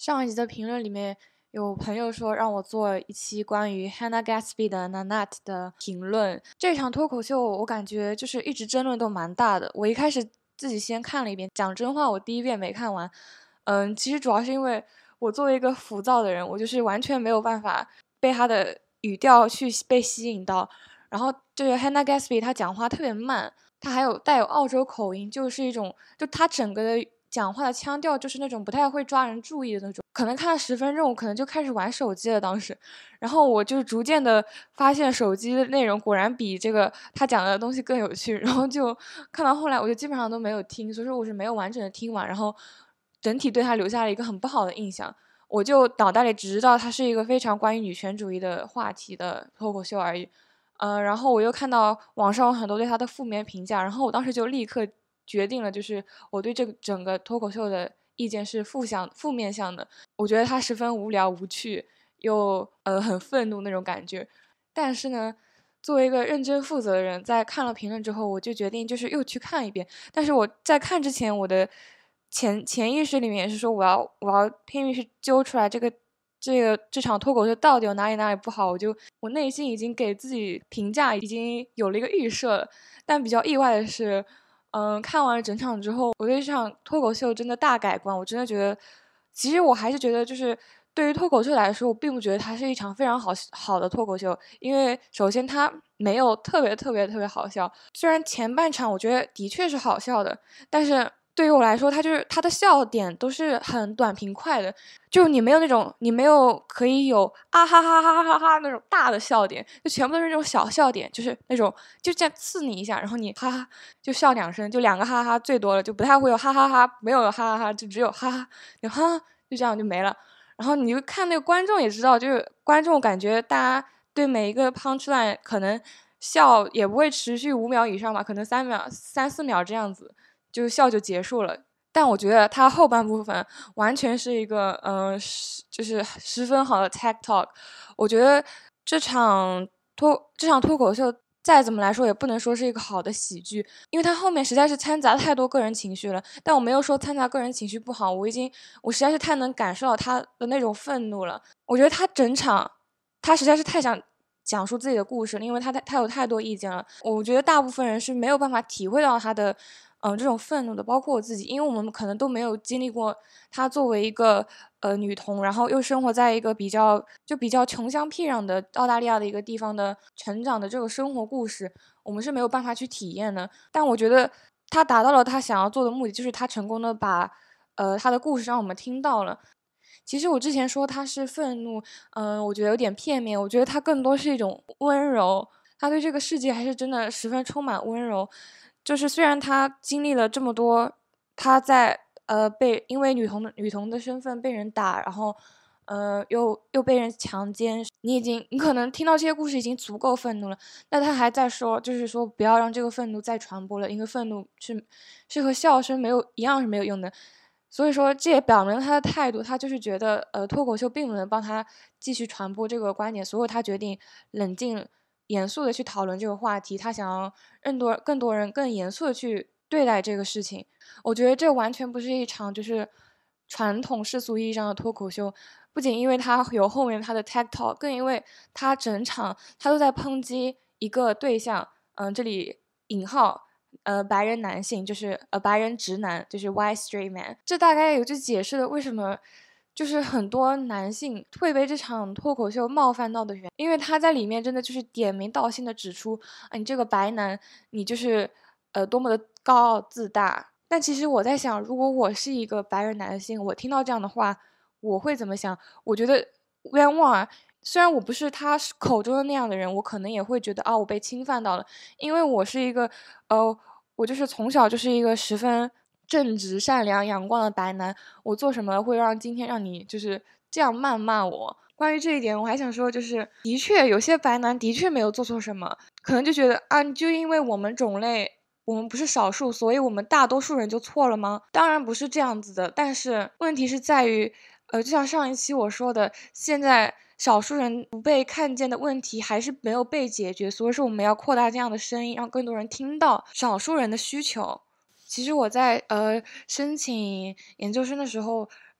上一集的评论里面有朋友说让我做一期关于 Hannah Gatsby 的 Nanette 的评论。这场脱口秀我感觉就是一直争论都蛮大的。我一开始自己先看了一遍，讲真话，我第一遍没看完。其实主要是因为我作为一个浮躁的人，我就是完全没有办法被他的语调去被吸引到。然后这个 Hannah Gatsby 他讲话特别慢，他还有带有澳洲口音，就是一种就他整个的讲话的腔调就是那种不太会抓人注意的那种。可能看了10分钟，我可能就开始玩手机了当时。然后我就逐渐的发现手机的内容果然比这个他讲的东西更有趣，然后就看到后来我就基本上都没有听，所以说我是没有完整的听完，然后整体对他留下了一个很不好的印象。我就脑袋里只知道它是一个非常关于女权主义的话题的脱口秀而已。然后我又看到网上有很多对他的负面评价，然后我当时就立刻决定了，就是我对这个整个脱口秀的意见是负面向的。我觉得他十分无聊无趣，又很愤怒那种感觉。但是呢，作为一个认真负责的人，在看了评论之后，我就决定就是又去看一遍。但是我在看之前，我的潜意识里面也是说，我要拼命去揪出来这场脱口秀到底有哪里不好。我内心已经给自己评价已经有了一个预设了。但比较意外的是，看完了整场之后，我对这场脱口秀真的大改观。我真的觉得，其实我还是觉得，就是对于脱口秀来说，我并不觉得它是一场非常好的脱口秀，因为首先它没有特别好笑。虽然前半场我觉得的确是好笑的，但是对于我来说，它的笑点都是很短平快的，就你没有可以有啊哈哈哈哈哈那种大的笑点，就全部都是那种小笑点，就是那种就这样刺你一下，然后你哈哈就笑2声，就2个哈哈最多了，就不太会有哈哈哈，没有哈哈哈，就只有哈哈，就哈就这样就没了。然后你就看那个观众也知道，就是观众感觉大家对每一个 punchline 可能笑也不会持续5秒以上吧，可能3-4秒这样子。就笑就结束了。但我觉得他后半部分完全是一个就是十分好的 tech talk。我觉得这场脱口秀再怎么来说也不能说是一个好的喜剧，因为他后面实在是掺杂太多个人情绪了。但我没有说掺杂个人情绪不好，我实在是太能感受到他的那种愤怒了。我觉得他整场他实在是太想讲述自己的故事了，因为他有太多意见了。我觉得大部分人是没有办法体会到他的这种愤怒的，包括我自己，因为我们可能都没有经历过她作为一个女童，然后又生活在一个比较穷乡僻壤的澳大利亚的一个地方的成长的这个生活故事，我们是没有办法去体验的。但我觉得她达到了她想要做的目的，就是她成功的把她的故事让我们听到了。其实我之前说她是愤怒，我觉得有点片面，我觉得她更多是一种温柔，她对这个世界还是真的十分充满温柔。就是虽然她经历了这么多，她在因为女童的身份被人打，然后又被人强奸，你可能听到这些故事已经足够愤怒了，但她还在说，就是说不要让这个愤怒再传播了，因为愤怒是和笑声一样是没有用的。所以说这也表明了他的态度，他就是觉得脱口秀并不能帮他继续传播这个观点，所以他决定冷静严肃的去讨论这个话题，他想要更多人更严肃的去对待这个事情。我觉得这完全不是一场就是传统世俗意义上的脱口秀，不仅因为他有后面他的 tech talk， 更因为他整场他都在抨击一个对象，这里引号白人男性，就是白人直男，就是 white straight man。这大概就解释了为什么就是很多男性会被这场脱口秀冒犯到的原因，因为他在里面真的就是点名道姓的指出啊，你这个白男，你就是多么的高傲自大。但其实我在想，如果我是一个白人男性，我听到这样的话，我会怎么想？我觉得冤枉啊！虽然我不是他口中的那样的人，我可能也会觉得啊，我被侵犯到了，因为我是一个我就是从小就是一个十分正直、善良、阳光的白男，我做什么会让今天让你就是这样谩骂我？关于这一点，我还想说，就是的确有些白男的确没有做错什么，可能就觉得啊，就因为我们种类。我们不是少数，所以我们大多数人就错了吗？当然不是这样子的，但是问题是在于，就像上一期我说的，现在少数人不被看见的问题还是没有被解决，所以说我们要扩大这样的声音，让更多人听到少数人的需求。其实我在申请研究生的时候，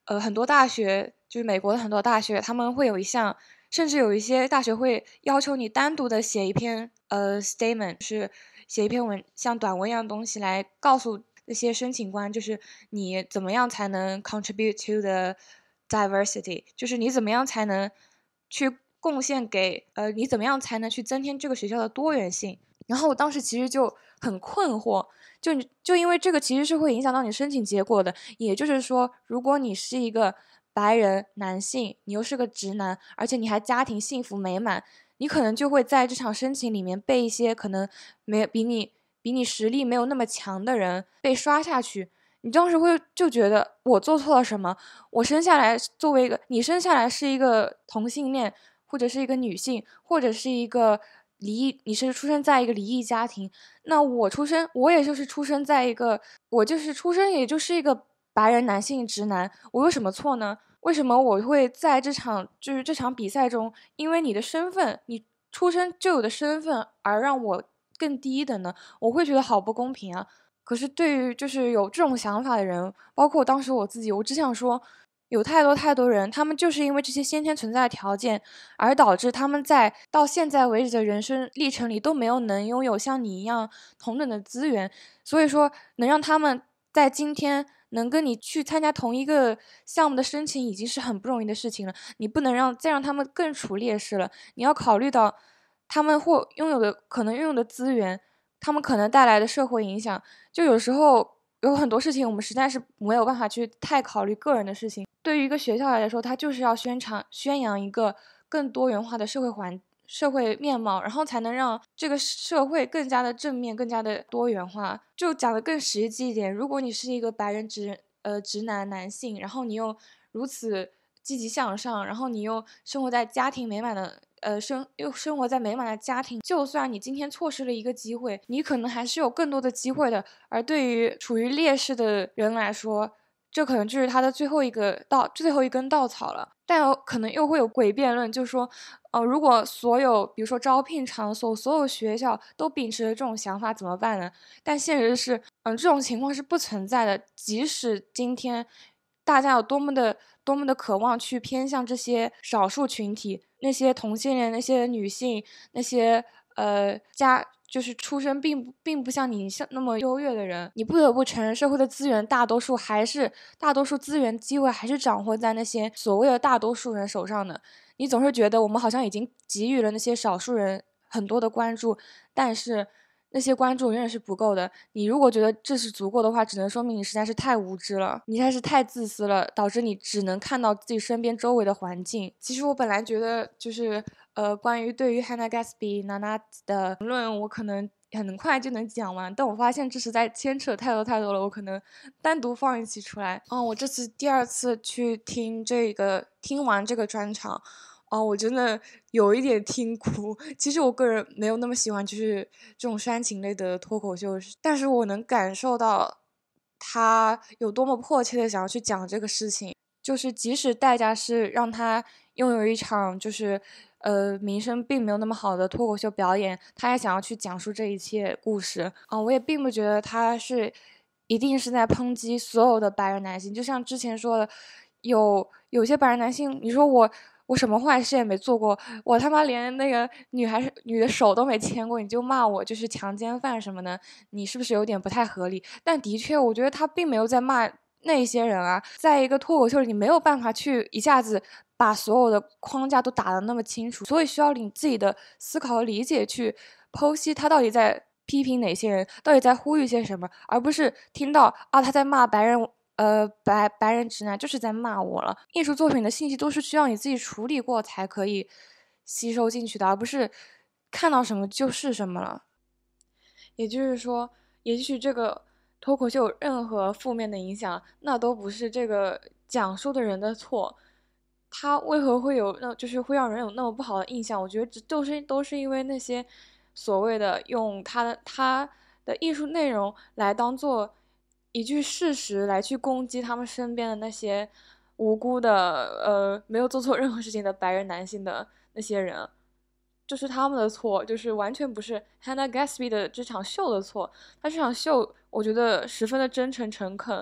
很多大学，就是美国的很多大学，他们会有一项，甚至有一些大学会要求你单独的写一篇statement，是写一篇像短文一样的东西来告诉那些申请官，就是你怎么样才能 contribute to the diversity，就是你怎么样才能去贡献给你怎么样才能去增添这个学校的多元性。然后我当时其实就很困惑，就因为这个其实是会影响到你申请结果的。也就是说，如果你是一个白人男性，你又是个直男，而且你还家庭幸福美满，你可能就会在这场申请里面被一些可能没比你实力没有那么强的人被刷下去。你当时就觉得我做错了什么？我生下来作为一个，你生下来是一个同性恋，或者是一个女性，或者是一个你是出生在一个离异家庭，那我也就是出生在一个，我就是出生也就是一个白人男性直男，我有什么错呢？为什么我会在这场比赛中，因为你的身份，你出生就有的身份而让我更低一等呢？我会觉得好不公平啊！可是对于就是有这种想法的人，包括当时我自己，我只想说，有太多人，他们就是因为这些先天存在的条件，而导致他们到现在为止的人生历程里都没有能拥有像你一样同等的资源，所以说能让他们在今天能跟你去参加同一个项目的申请已经是很不容易的事情了，你不能再让他们更处劣势了，你要考虑到他们可能拥有的资源，他们可能带来的社会影响，就有时候有很多事情我们实在是没有办法去太考虑个人的事情。对于一个学校来说，它就是要宣扬一个更多元化的社会面貌，然后才能让这个社会更加的正面，更加的多元化。就讲的更实际一点，如果你是一个白人直男男性，然后你又如此积极向上，然后你又生活在家庭美满的又生活在美满的家庭，就算你今天错失了一个机会，你可能还是有更多的机会的。而对于处于劣势的人来说，这可能就是他的最后一根稻草了。但可能又会有诡辩论，就是说，如果比如说招聘场所、所有学校都秉持了这种想法怎么办呢？但现实是，这种情况是不存在的。即使今天大家有多么的渴望去偏向这些少数群体，那些同性恋、那些女性、那些就是出身并不像你那么优越的人，你不得不承认，社会的资源大多数资源机会还是掌握在那些所谓的大多数人手上的。你总是觉得我们好像已经给予了那些少数人很多的关注，但是那些关注永远是不够的。你如果觉得这是足够的话，只能说明你实在是太无知了，你实在是太自私了，导致你只能看到自己身边周围的环境。其实我本来觉得就是关于对于 Hannah Gatsby、Nana 的评论，我可能很快就能讲完，但我发现这实在牵扯太多了，我可能单独放一期出来。我这次第二次去听完这个专场，我真的有一点听哭。其实我个人没有那么喜欢就是这种煽情类的脱口秀，但是我能感受到他有多么迫切的想要去讲这个事情，就是即使代价是让他拥有一场就是名声并没有那么好的脱口秀表演，他也想要去讲述这一切故事。我也并不觉得他一定是在抨击所有的白人男性，就像之前说的，有些白人男性，你说我什么坏事也没做过，我他妈连那个女的手都没牵过，你就骂我就是强奸犯什么的，你是不是有点不太合理？但的确，我觉得他并没有在骂那些人啊，在一个脱口秀里，你没有办法去一下子把所有的框架都打得那么清楚，所以需要你自己的思考和理解去剖析他到底在批评哪些人，到底在呼吁些什么，而不是听到他在骂白人。白人直男就是在骂我了。艺术作品的信息都是需要你自己处理过才可以吸收进去的，而不是看到什么就是什么了。也就是说，也许这个脱口秀有任何负面的影响，那都不是这个讲述的人的错。他为何会就是会让人有那么不好的印象？我觉得这都是因为那些所谓的用他的艺术内容来当做一句事实来去攻击他们身边的那些无辜的没有做错任何事情的白人男性的那些人。这是他们的错，就是完全不是 Hannah Gatsby 的这场秀的错。他这场秀，我觉得十分的真诚诚恳，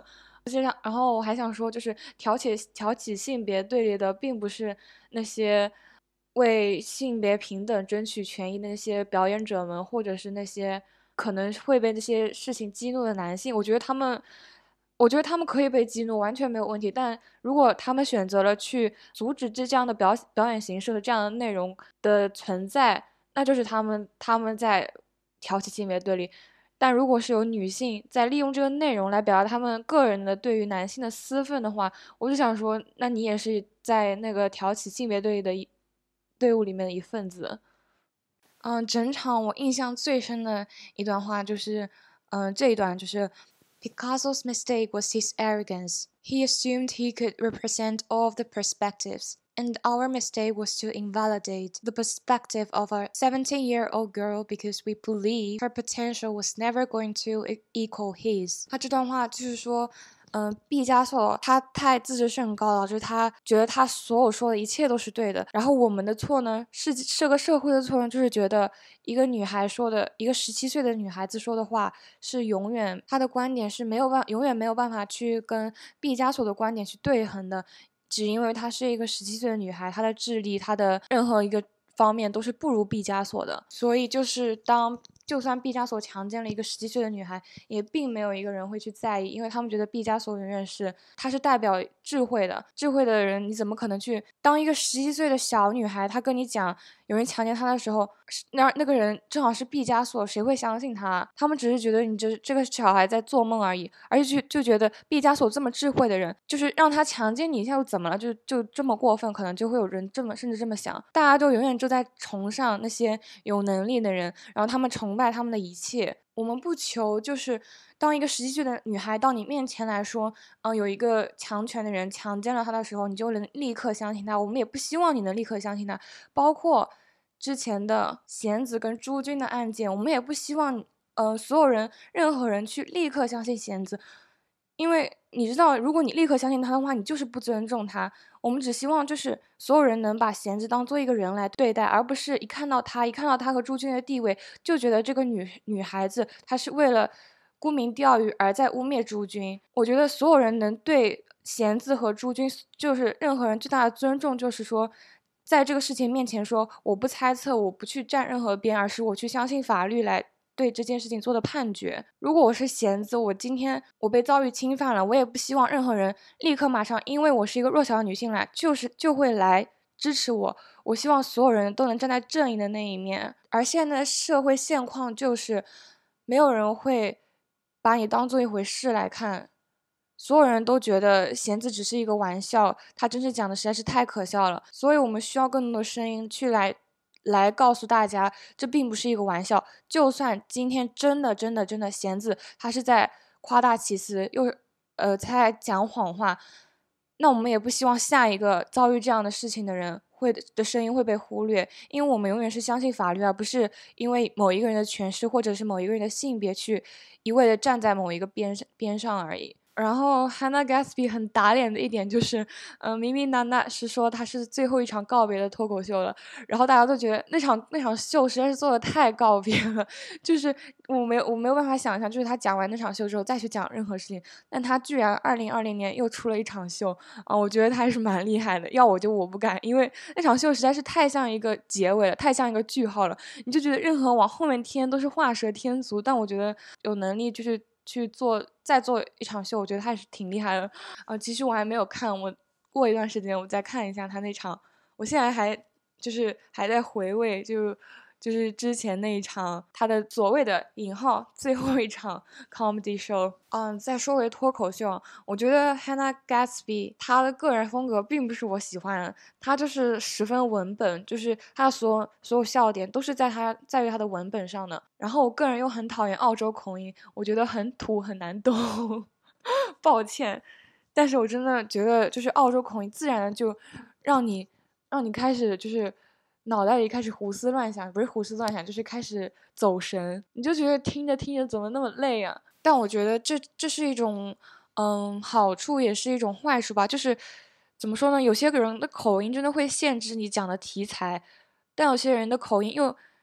然后我还想说，就是挑起性别对立的，并不是那些为性别平等争取权益的那些表演者们，或者是那些可能会被这些事情激怒的男性。我觉得他们可以被激怒，完全没有问题。但如果他们选择了去阻止这样的表演形式和这样的内容的存在，那就是他们在挑起性别对立。但如果是有女性在利用这个内容来表达他们个人的对于男性的私愤的话，我就想说，那你也是在那个挑起性别对立的队伍里面的一份子。整场我印象最深的一段话就是，这一段就是 Picasso's mistake was his arrogance. He assumed he could represent all of the perspectives. And our mistake was to invalidate the perspective of a 17-year-old girl because we believe her potential was never going to equal his. 他这段话就是说，毕加索他太自视甚高了，就是他觉得他所有说的一切都是对的。然后我们的错呢，是个社会的错呢，就是觉得一个女孩说的，一个17岁的女孩子说的话是她的观点是永远没有办法去跟毕加索的观点去对衡的。只因为她是一个17岁的女孩，她的智力，她的任何一个方面都是不如毕加索的，所以就是就算毕加索强奸了一个17岁的女孩，也并没有一个人会去在意，因为他们觉得毕加索永远他是代表智慧的，智慧的人你怎么可能去当一个17岁的小女孩，她跟你讲有人强奸她的时候，那个人正好是毕加索，谁会相信他？他们只是觉得你这个小孩在做梦而已，而且就觉得毕加索这么智慧的人，就是让他强奸你一下又怎么了？就这么过分，可能就会有人甚至这么想，大家都永远就在崇尚那些有能力的人，然后他们崇拜他们的一切。我们不求就是当一个17岁的女孩到你面前来说，有一个强权的人强奸了她的时候，你就能立刻相信她。我们也不希望你能立刻相信她，包括之前的贤子跟朱军的案件，我们也不希望所有人任何人去立刻相信贤子，因为你知道，如果你立刻相信他的话，你就是不尊重他。我们只希望就是所有人能把贤子当做一个人来对待，而不是一看到他和朱军的地位，就觉得这个女孩子她是为了沽名钓誉而在污蔑朱军。我觉得所有人能对贤子和朱军，就是任何人最大的尊重，就是说在这个事情面前说，我不猜测，我不去站任何边，而是我去相信法律来对这件事情做的判决。如果我是贤子，我今天我被遭遇侵犯了，我也不希望任何人立刻马上因为我是一个弱小的女性就会来支持我。我希望所有人都能站在正义的那一面。而现在的社会现况就是没有人会把你当做一回事来看，所有人都觉得贤子只是一个玩笑，他真是讲的实在是太可笑了。所以我们需要更多的声音去来告诉大家，这并不是一个玩笑。就算今天真的贤子他是在夸大其词，又在讲谎话，那我们也不希望下一个遭遇这样的事情的人的声音会被忽略，因为我们永远是相信法律，而不是因为某一个人的权势或者是某一个人的性别去一味的站在某一个边上而已。然后 Hannah Gatsby 很打脸的一点就是，明明娜娜是说她是最后一场告别的脱口秀了，然后大家都觉得那场秀实在是做的太告别了，就是我没有办法想象，就是他讲完那场秀之后再去讲任何事情，但他居然2020年又出了一场秀啊，我觉得他还是蛮厉害的。要我不敢，因为那场秀实在是太像一个结尾了，太像一个句号了，你就觉得任何往后面添都是画蛇添足。但我觉得有能力就是再做一场秀，我觉得他也是挺厉害的。其实我还没有看，我过一段时间我再看一下他那场。我现在还在回味，就是之前那一场他的所谓的引号最后一场 comedy show。再说回脱口秀，我觉得 Hannah Gatsby 她的个人风格并不是我喜欢的，她就是十分文本，就是她所有笑点都是在于她的文本上的。然后我个人又很讨厌澳洲口音，我觉得很土很难懂，抱歉。但是我真的觉得，就是澳洲口音自然的就让你开始就是脑袋里开始胡思乱想，不是胡思乱想，就是开始走神，你就觉得听着听着怎么那么累啊？但我觉得这是一种好处，也是一种坏处吧。就是怎么说呢？有些个人的口音真的会限制你讲的题材，但有些人的口音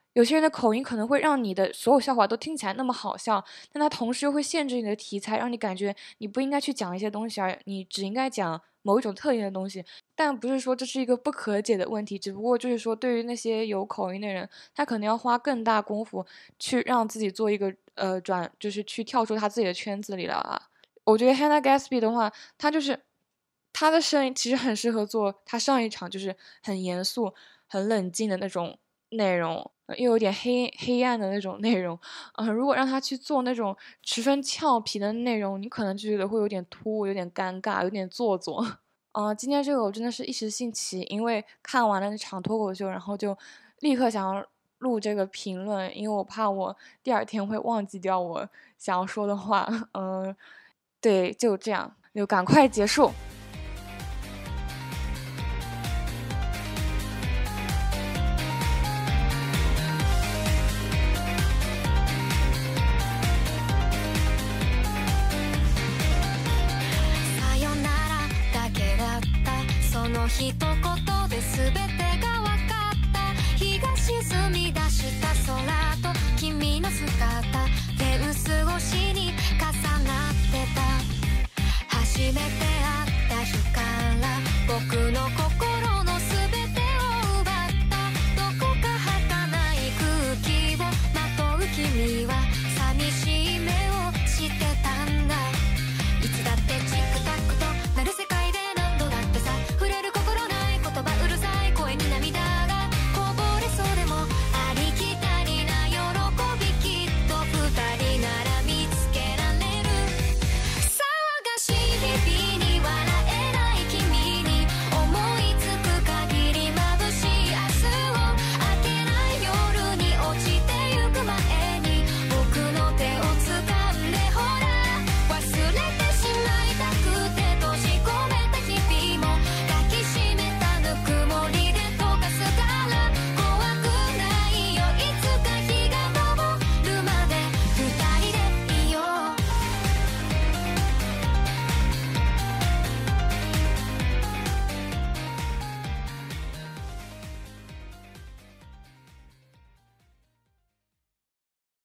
有些人的口音可能会让你的所有笑话都听起来那么好笑，但它同时又会限制你的题材，让你感觉你不应该去讲一些东西，而你只应该讲某一种特定的东西。但不是说这是一个不可解的问题，只不过就是说对于那些有口音的人，他可能要花更大功夫去让自己做一个就是去跳出他自己的圈子里了啊。我觉得 Hannah Gatsby 的话，他的声音其实很适合做他上一场就是很严肃、很冷静的那种内容，又有点黑暗的那种内容。如果让他去做那种十分俏皮的内容，你可能就觉得会有点突兀、有点尴尬、有点做作。今天这个我真的是一时兴起，因为看完了那场脱口秀，然后就立刻想要录这个评论，因为我怕我第二天会忘记掉我想要说的话。对，就这样，就赶快结束。 その一言で全てが分かった日が沈み出した空と君の姿フェンス越しに重なってた初めて会った